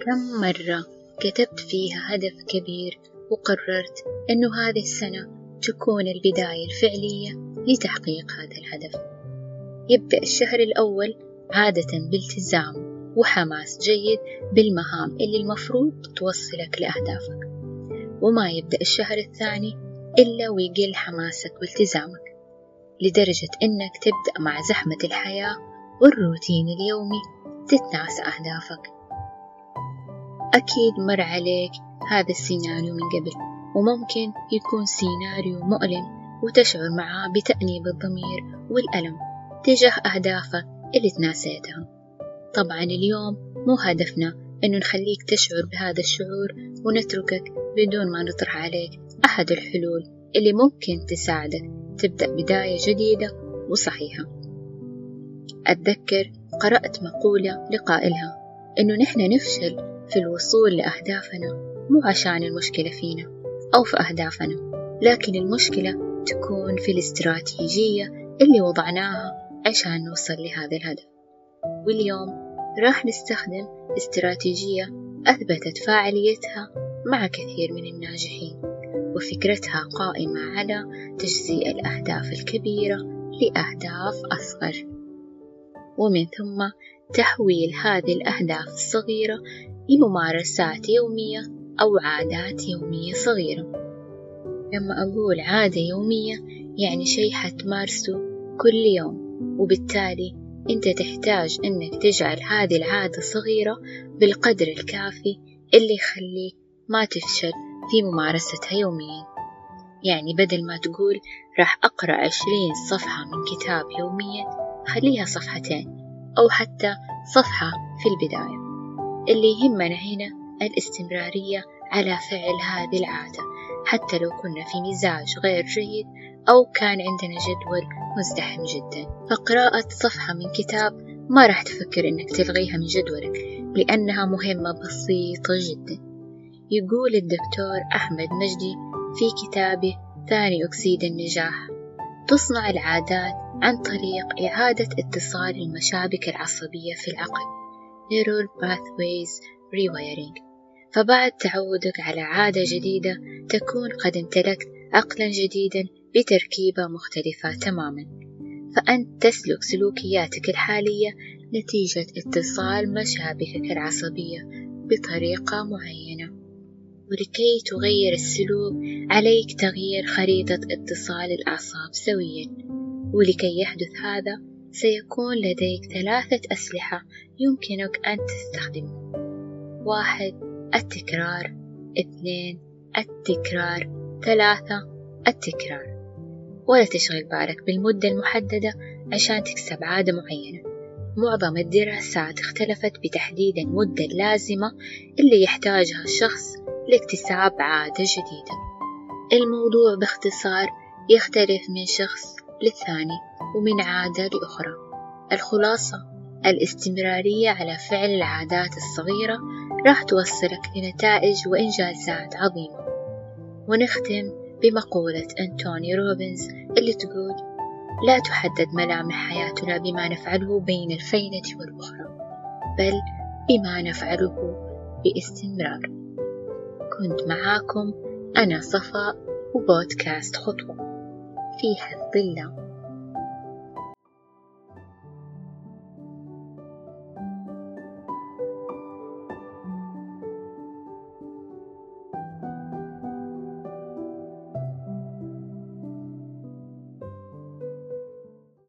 كم مرة كتبت فيها هدف كبير وقررت أنه هذه السنة تكون البداية الفعلية لتحقيق هذا الهدف. يبدأ الشهر الأول عادة بالتزام وحماس جيد بالمهام اللي المفروض توصلك لأهدافك، وما يبدأ الشهر الثاني إلا ويقل حماسك والتزامك لدرجة أنك تبدأ مع زحمة الحياة والروتين اليومي تتناسى أهدافك. أكيد مر عليك هذا السيناريو من قبل، وممكن يكون سيناريو مؤلم وتشعر معاه بتأنيب الضمير والألم تجاه أهدافك اللي تناسيتها. طبعا اليوم مو هدفنا أنه نخليك تشعر بهذا الشعور ونتركك بدون ما نطرح عليك أحد الحلول اللي ممكن تساعدك تبدأ بداية جديدة وصحيحة. أتذكر قرأت مقولة لقائلها إنه نحن نفشل في الوصول لأهدافنا مو عشان المشكلة فينا أو في أهدافنا، لكن المشكلة تكون في الاستراتيجية اللي وضعناها عشان نوصل لهذا الهدف. واليوم راح نستخدم استراتيجية أثبتت فاعليتها مع كثير من الناجحين، وفكرتها قائمة على تجزيء الأهداف الكبيرة لأهداف أصغر، ومن ثم تحويل هذه الأهداف الصغيرة لممارسات يومية أو عادات يومية صغيرة. لما أقول عادة يومية يعني شيء حتمارسه كل يوم، وبالتالي أنت تحتاج أنك تجعل هذه العادة صغيرة بالقدر الكافي اللي يخليك ما تفشل في ممارستها يوميا. يعني بدل ما تقول راح أقرأ 20 صفحة من كتاب يوميا، خليها صفحتين أو حتى صفحة في البداية. اللي يهمنا هنا الاستمرارية على فعل هذه العادة، حتى لو كنا في مزاج غير جيد أو كان عندنا جدول مزدحم جدا. فقراءة صفحة من كتاب ما راح تفكر إنك تلغيها من جدولك، لأنها مهمة بسيطة جدا. يقول الدكتور أحمد مجدي في كتابه ثاني أكسيد النجاح: تصنع العادات عن طريق إعادة اتصال المشابك العصبية في العقل Neural Pathways Rewiring. فبعد تعودك على عادة جديدة تكون قد امتلكت عقلا جديدا بتركيبة مختلفة تماما، فأنت تسلك سلوكياتك الحالية نتيجة اتصال مشابكك العصبية بطريقة معينة. ولكي تغير السلوك عليك تغيير خريطة اتصال الأعصاب سويا، ولكي يحدث هذا سيكون لديك 3 أسلحة يمكنك أن تستخدمهم: 1 التكرار، 2 التكرار، 3 التكرار. ولا تشغل بالك بالمدة المحددة عشان تكسب عادة معينة. معظم الدراسات اختلفت بتحديد المدة اللازمة اللي يحتاجها الشخص لاكتساب عادة جديدة. الموضوع باختصار يختلف من شخص للثاني ومن عادة لأخرى. الخلاصة: الاستمرارية على فعل العادات الصغيرة راح توصلك لنتائج وإنجازات عظيمة. ونختم بمقولة أنتوني روبنز اللي تقول: لا تحدد ملامح حياتنا بما نفعله بين الفينة والأخرى، بل بما نفعله باستمرار. كنت معاكم أنا صفاء، وبودكاست خطوة في حفظ الله.